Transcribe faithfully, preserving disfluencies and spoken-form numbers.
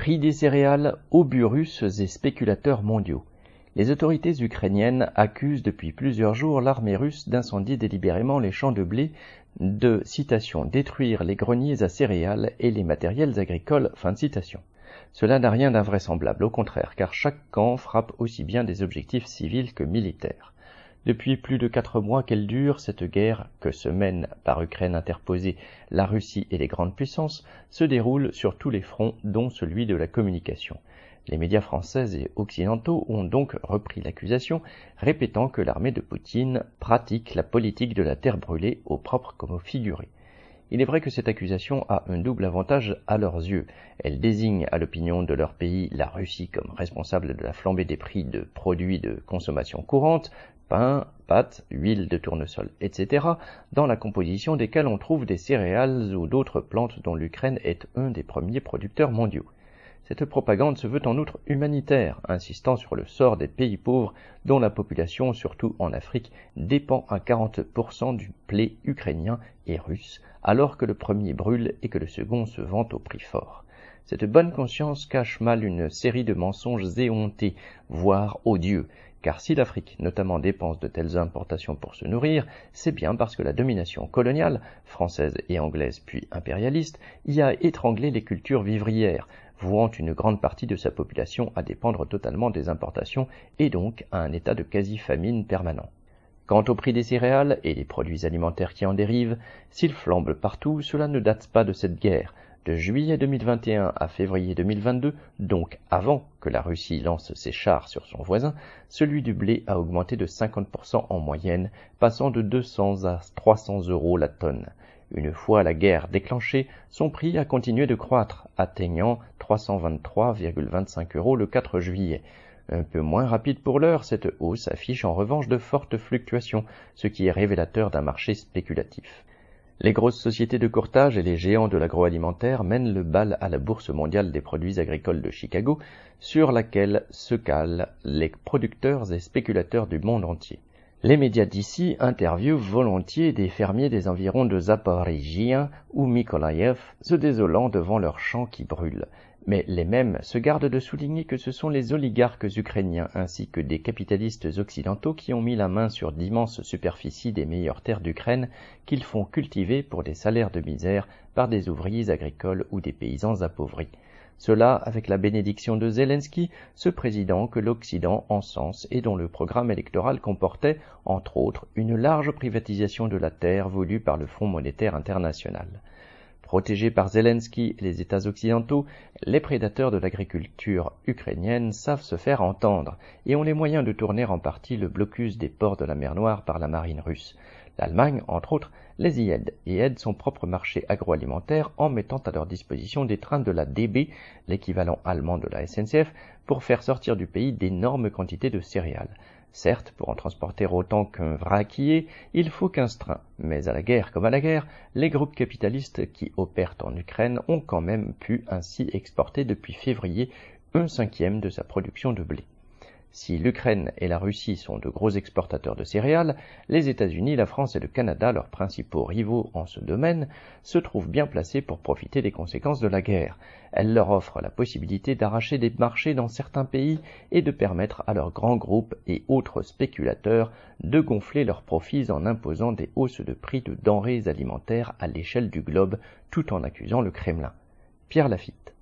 Prix des céréales, obus russes et spéculateurs mondiaux. Les autorités ukrainiennes accusent depuis plusieurs jours l'armée russe d'incendier délibérément les champs de blé, de, citation, détruire les greniers à céréales et les matériels agricoles, fin de citation. Cela n'a rien d'invraisemblable, au contraire, car chaque camp frappe aussi bien des objectifs civils que militaires. Depuis plus de quatre mois qu'elle dure, cette guerre, que se mènent par Ukraine interposée la Russie et les grandes puissances, se déroule sur tous les fronts, dont celui de la communication. Les médias français et occidentaux ont donc repris l'accusation, répétant que l'armée de Poutine pratique la politique de la terre brûlée au propre comme au figuré. Il est vrai que cette accusation a un double avantage à leurs yeux. Elle désigne à l'opinion de leur pays la Russie comme responsable de la flambée des prix de produits de consommation courante, pain, pâtes, huile de tournesol, et cetera, dans la composition desquels on trouve des céréales ou d'autres plantes dont l'Ukraine est un des premiers producteurs mondiaux. Cette propagande se veut en outre humanitaire, insistant sur le sort des pays pauvres dont la population, surtout en Afrique, dépend à quarante pour cent du blé ukrainien et russe, alors que le premier brûle et que le second se vend au prix fort. Cette bonne conscience cache mal une série de mensonges éhontés, voire odieux, car si l'Afrique notamment dépense de telles importations pour se nourrir, c'est bien parce que la domination coloniale, française et anglaise puis impérialiste, y a étranglé les cultures vivrières, vouant une grande partie de sa population à dépendre totalement des importations et donc à un état de quasi-famine permanent. Quant au prix des céréales et des produits alimentaires qui en dérivent, s'ils flambent partout, cela ne date pas de cette guerre. De juillet deux mille vingt et un à février deux mille vingt-deux, donc avant que la Russie lance ses chars sur son voisin, celui du blé a augmenté de cinquante pour cent en moyenne, passant de deux cents à trois cents euros la tonne. Une fois la guerre déclenchée, son prix a continué de croître, atteignant trois cent vingt-trois virgule vingt-cinq euros le quatre juillet. Un peu moins rapide pour l'heure, cette hausse affiche en revanche de fortes fluctuations, ce qui est révélateur d'un marché spéculatif. Les grosses sociétés de courtage et les géants de l'agroalimentaire mènent le bal à la Bourse mondiale des produits agricoles de Chicago, sur laquelle se calent les producteurs et spéculateurs du monde entier. Les médias d'ici interviewent volontiers des fermiers des environs de Zaporijia ou Mykolaïev, se désolant devant leurs champs qui brûlent. Mais les mêmes se gardent de souligner que ce sont les oligarques ukrainiens ainsi que des capitalistes occidentaux qui ont mis la main sur d'immenses superficies des meilleures terres d'Ukraine qu'ils font cultiver pour des salaires de misère par des ouvriers agricoles ou des paysans appauvris. Cela avec la bénédiction de Zelensky, ce président que l'Occident encense et dont le programme électoral comportait, entre autres, une large privatisation de la terre voulue par le Fonds monétaire international. Protégés par Zelensky et les États occidentaux, les prédateurs de l'agriculture ukrainienne savent se faire entendre et ont les moyens de tourner en partie le blocus des ports de la mer Noire par la marine russe. L'Allemagne, entre autres, les y aide et aide son propre marché agroalimentaire en mettant à leur disposition des trains de la D B, l'équivalent allemand de la S N C F, pour faire sortir du pays d'énormes quantités de céréales. Certes, pour en transporter autant qu'un vraquier, il faut quinze trains, mais à la guerre comme à la guerre, les groupes capitalistes qui opèrent en Ukraine ont quand même pu ainsi exporter depuis février un cinquième de sa production de blé. Si l'Ukraine et la Russie sont de gros exportateurs de céréales, les États-Unis, la France et le Canada, leurs principaux rivaux en ce domaine, se trouvent bien placés pour profiter des conséquences de la guerre. Elle leur offre la possibilité d'arracher des marchés dans certains pays et de permettre à leurs grands groupes et autres spéculateurs de gonfler leurs profits en imposant des hausses de prix de denrées alimentaires à l'échelle du globe, tout en accusant le Kremlin. Pierre Lafitte.